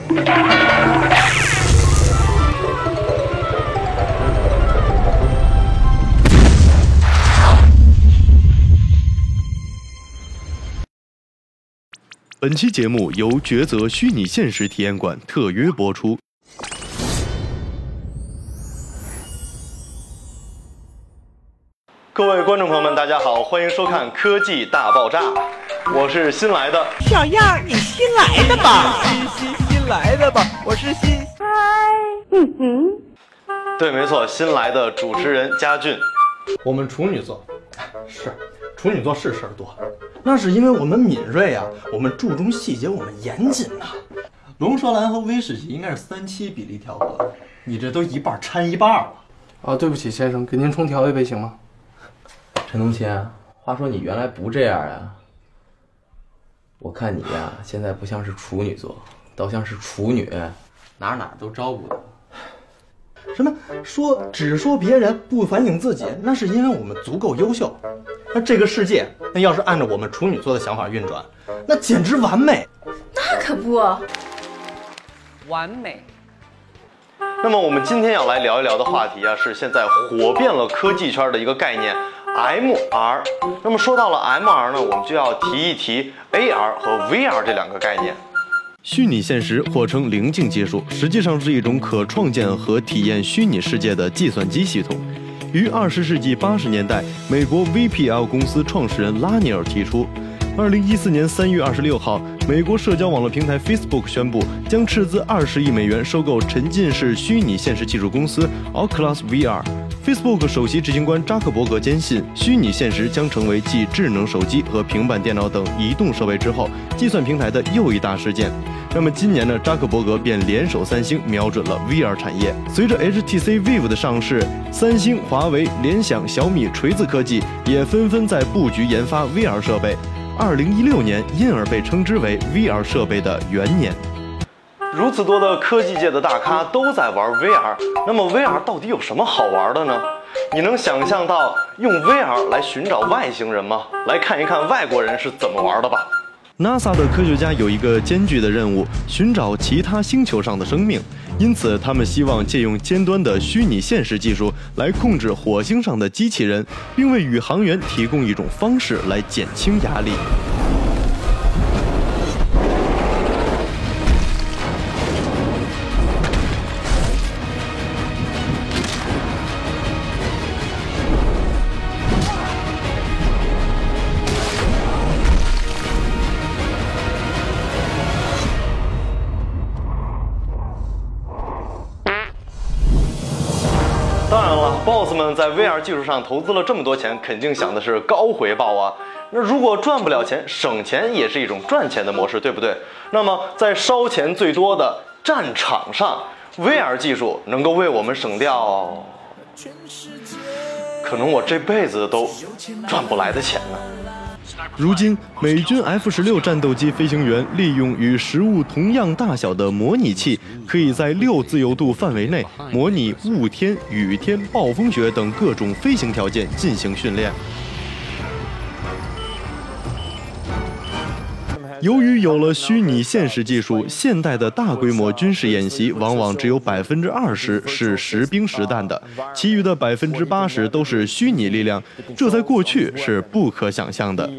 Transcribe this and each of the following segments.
本期节目由抉择虚拟现实体验馆特约播出。各位观众朋友们，大家好，欢迎收看《科技大爆炸》，我是新来的小样儿，你新来的吧？ 新来的吧？我是新。 对，没错，新来的主持人佳俊。 我们处女座，处女座是事儿多，那是因为我们敏锐啊，我们注重细节，我们严谨呐。龙舌兰和威士忌应该是3:7比例调和的，你这都一半掺一半了。 啊，对不起先生，给您重调一杯行吗？ 陈东谦，话说你原来不这样呀？我看你呀，现在不像是处女座，倒像是处女，哪都照顾的。 什么只说别人不反省自己，那是因为我们足够优秀。那这个世界，那要是按照我们处女座的想法运转，那简直完美。 那可不， 完美。 那么我们今天要来聊一聊的话题啊，是现在火遍了科技圈的一个概念 MR。那么说到了 MR 呢，我们就要提一提 AR 和 VR 这两个概念。虚拟现实或称棱镜技术，实际上是一种可创建和体验虚拟世界的计算机系统。于20世纪80年代，美国 VPL 公司创始人拉尼尔提出。2014年3月26号，美国社交网络平台 Facebook 宣布将斥资20亿美元收购沉浸式虚拟现实技术公司 Oculus VR。Facebook 首席执行官扎克伯格坚信，虚拟现实将成为继智能手机和平板电脑等移动设备之后，计算平台的又一大事件。那么今年呢，扎克伯格便联手三星，瞄准了 VR 产业。随着 HTC Vive 的上市，三星、华为、联想、小米、锤子科技也纷纷在布局研发 VR 设备。2016年因而被称之为 VR 设备的元年。如此多的科技界的大咖都在玩 VR， 那么 VR 到底有什么好玩的呢？你能想象到用 VR 来寻找外星人吗？来看一看外国人是怎么玩的吧。NASA 的科学家有一个艰巨的任务，寻找其他星球上的生命，因此他们希望借用尖端的虚拟现实技术来控制火星上的机器人，并为宇航员提供一种方式来减轻压力。当然了 ，BOSS 们在 VR 技术上投资了这么多钱，肯定想的是高回报啊。那如果赚不了钱，省钱也是一种赚钱的模式，对不对？那么在烧钱最多的战场上 ，VR 技术能够为我们省掉，可能我这辈子都赚不来的钱呢。如今，美军 F-16战斗机飞行员利用与实物同样大小的模拟器，可以在6自由度范围内模拟雾天、雨天、暴风雪等各种飞行条件进行训练。由于有了虚拟现实技术，现代的大规模军事演习往往只有20%是实兵实弹的，其余的80%都是虚拟力量，这在过去是不可想象的。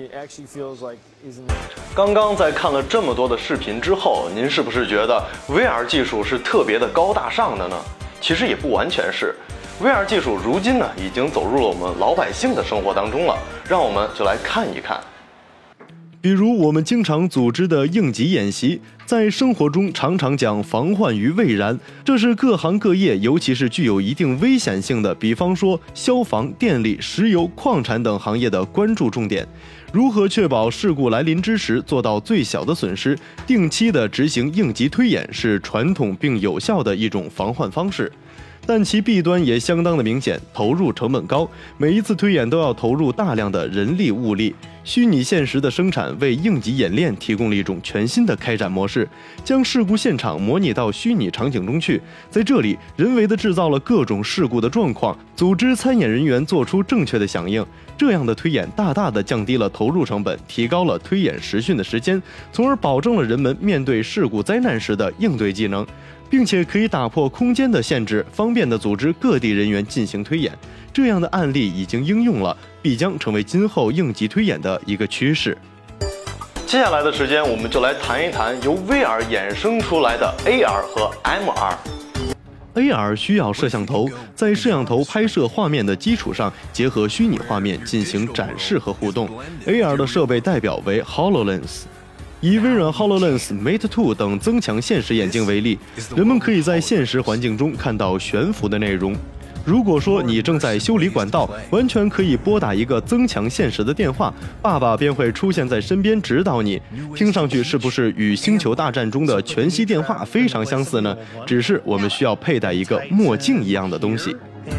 刚刚在看了这么多的视频之后，您是不是觉得 VR 技术是特别的高大上的呢？其实也不完全是。VR 技术如今呢，已经走入了我们老百姓的生活当中了，让我们就来看一看。比如我们经常组织的应急演习，在生活中常常讲防患于未然，这是各行各业，尤其是具有一定危险性的，比方说消防、电力、石油、矿产等行业的关注重点。如何确保事故来临之时做到最小的损失，定期的执行应急推演，是传统并有效的一种防患方式。 但其弊端也相当的明显，投入成本高，每一次推演都要投入大量的人力物力。虚拟现实的生产为应急演练提供了一种全新的开展模式，将事故现场模拟到虚拟场景中去，在这里人为的制造了各种事故的状况，组织参演人员做出正确的响应。这样的推演大大的降低了投入成本，提高了推演实训的时间，从而保证了人们面对事故灾难时的应对技能，并且可以打破空间的限制，方便的组织各地人员进行推演。这样的案例已经应用了，必将成为今后应急推演的一个趋势。接下来的时间，我们就来谈一谈由 VR 衍生出来的 AR 和 MR。AR 需要摄像头，在摄像头拍摄画面的基础上，结合虚拟画面进行展示和互动。AR 的设备代表为 HoloLens。以微软 HoloLens Mate 2等增强现实眼镜为例，人们可以在现实环境中看到悬浮的内容。如果说你正在修理管道，完全可以拨打一个增强现实的电话，爸爸便会出现在身边指导你。听上去是不是与星球大战中的全息电话非常相似呢？只是我们需要佩戴一个墨镜一样的东西。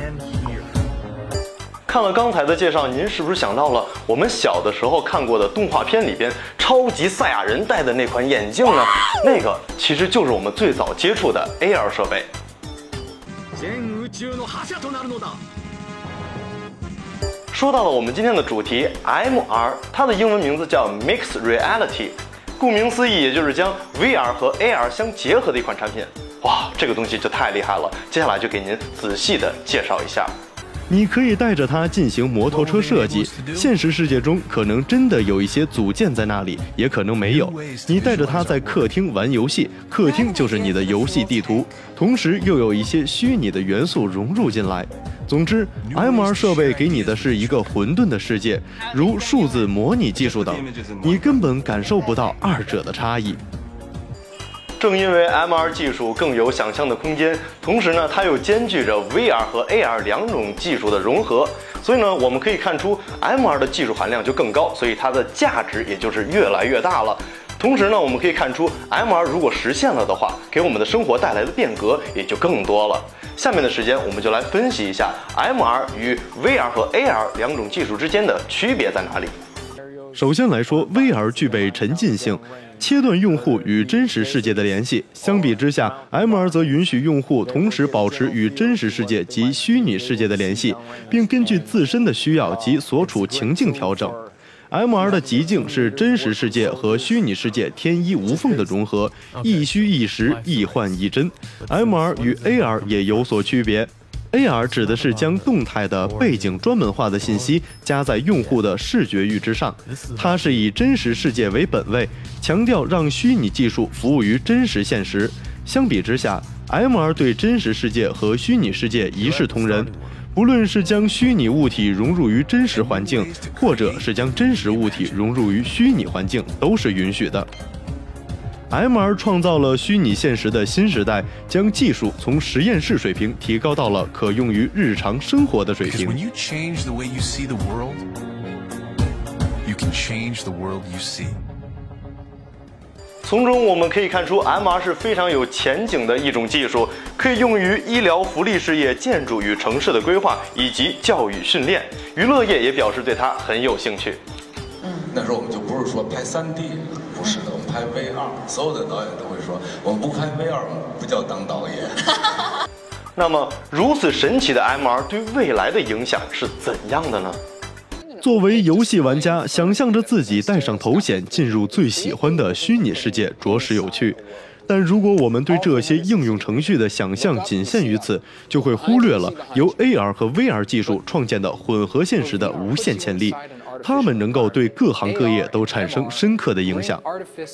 看了刚才的介绍，您是不是想到了我们小的时候看过的动画片里边超级赛亚人戴的那款眼镜呢？那个其实就是我们最早接触的 AR 设备。说到了我们今天的主题 MR， 它的英文名字叫 Mixed Reality， 顾名思义，也就是将 VR 和 AR 相结合的一款产品。哇，这个东西就太厉害了！接下来就给您仔细的介绍一下。你可以带着它进行摩托车设计，现实世界中可能真的有一些组件在那里，也可能没有。你带着它在客厅玩游戏，客厅就是你的游戏地图，同时又有一些虚拟的元素融入进来。总之 ，MR 设备给你的是一个混沌的世界，如数字模拟技术等，你根本感受不到二者的差异。正因为 MR 技术更有想象的空间，同时呢，它又兼具着 VR 和 AR 两种技术的融合，所以呢，我们可以看出 MR 的技术含量就更高，所以它的价值也就是越来越大了。同时呢，我们可以看出 MR 如果实现了的话，给我们的生活带来的变革也就更多了。下面的时间，我们就来分析一下 MR 与 VR 和 AR 两种技术之间的区别在哪里。首先来说 ，VR 具备沉浸性，切断用户与真实世界的联系。相比之下 ，MR 则允许用户同时保持与真实世界及虚拟世界的联系，并根据自身的需要及所处情境调整。MR 的极境是真实世界和虚拟世界天衣无缝的融合，亦虚亦实，亦幻亦真。MR 与 AR 也有所区别。AR 指的是将动态的背景专门化的信息加在用户的视觉域之上，它是以真实世界为本位，强调让虚拟技术服务于真实现实。相比之下 ，MR 对真实世界和虚拟世界一视同仁，不论是将虚拟物体融入于真实环境，或者是将真实物体融入于虚拟环境，都是允许的。MR 创造了虚拟现实的新时代，将技术从实验室水平提高到了可用于日常生活的水平。从中我们可以看出 ，MR 是非常有前景的一种技术，可以用于医疗福利事业、建筑与城市的规划以及教育训练。娱乐业也表示对它很有兴趣。 那时候我们就不是说拍3D， 不是的，我们拍 VR， 所有的导演都会说，我们不拍 VR， 我们不叫当导演。 那么，如此神奇的 MR 对未来的影响是怎样的呢？作为游戏玩家，想象着自己戴上头显进入最喜欢的虚拟世界，着实有趣。但如果我们对这些应用程序的想象仅限于此，就会忽略了由 AR 和 VR 技术创建的混合现实的无限潜力。它们能够对各行各业都产生深刻的影响。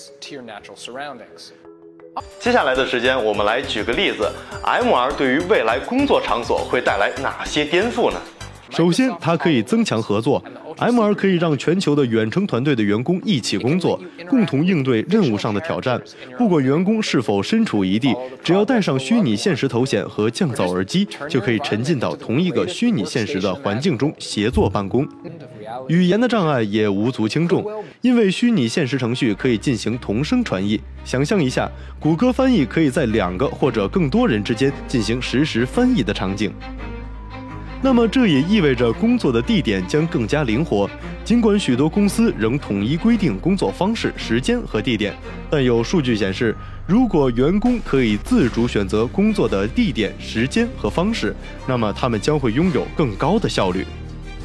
接下来的时间，我们来举个例子 ，MR 对于未来工作场所会带来哪些颠覆呢？首先，它可以增强合作。MR 可以让全球的远程团队的员工一起工作，共同应对任务上的挑战。不管员工是否身处异地，只要戴上虚拟现实头显和降噪耳机，就可以沉浸到同一个虚拟现实的环境中协作办公。 语言的障碍也无足轻重，因为虚拟现实程序可以进行同声传译。想象一下，谷歌翻译可以在2个或者更多人之间进行实时翻译的场景。那么这也意味着工作的地点将更加灵活。尽管许多公司仍统一规定工作方式、时间和地点，但有数据显示，如果员工可以自主选择工作的地点、时间和方式，那么他们将会拥有更高的效率。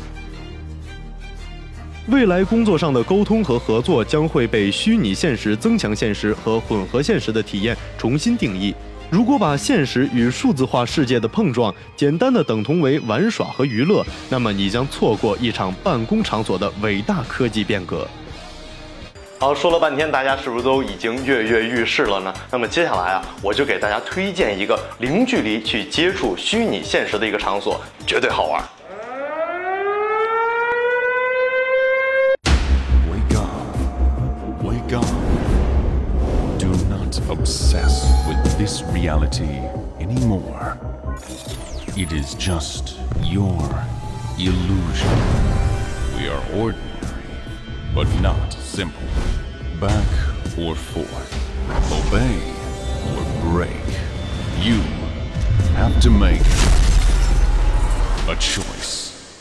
未来工作上的沟通和合作将会被虚拟现实、增强现实和混合现实的体验重新定义。如果把现实与数字化世界的碰撞简单的等同为玩耍和娱乐，那么你将错过一场办公场所的伟大科技变革。好，说了半天，大家是不是都已经跃跃欲试了呢？那么接下来啊，我就给大家推荐一个零距离去接触虚拟现实的一个场所，绝对好玩。 Wake up. Do not obsess with this reality anymore. It is just your illusion. We are ordinary, but not simple. Back or forth, obey or break. You have to make a choice.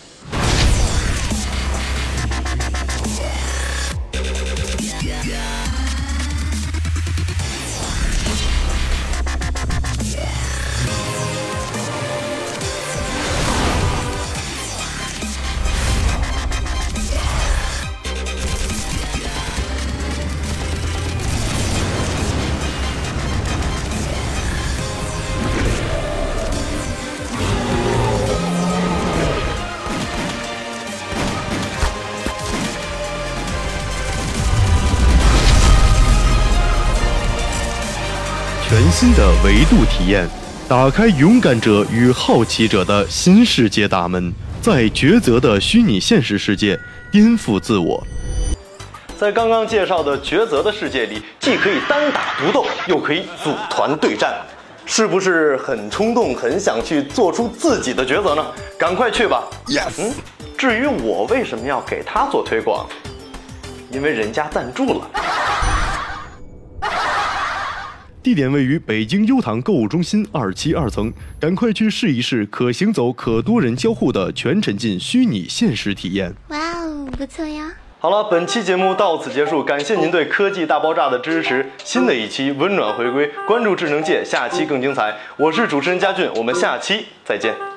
全新的维度体验，打开勇敢者与好奇者的新世界大门，在抉择的虚拟现实世界颠覆自我。在刚刚介绍的抉择的世界里，既可以单打独斗，又可以组团对战，是不是很冲动，很想去做出自己的抉择呢？赶快去吧 Yes。 至于我为什么要给他做推广，因为人家赞助了。地点位于北京优唐购物中心2期2层，赶快去试一试可行走、可多人交互的全沉浸虚拟现实体验。 哇哦，不错呀！ 好了，本期节目到此结束，感谢您对科技大爆炸的支持。新的一期温暖回归，关注智能界，下期更精彩。我是主持人佳俊，我们下期再见。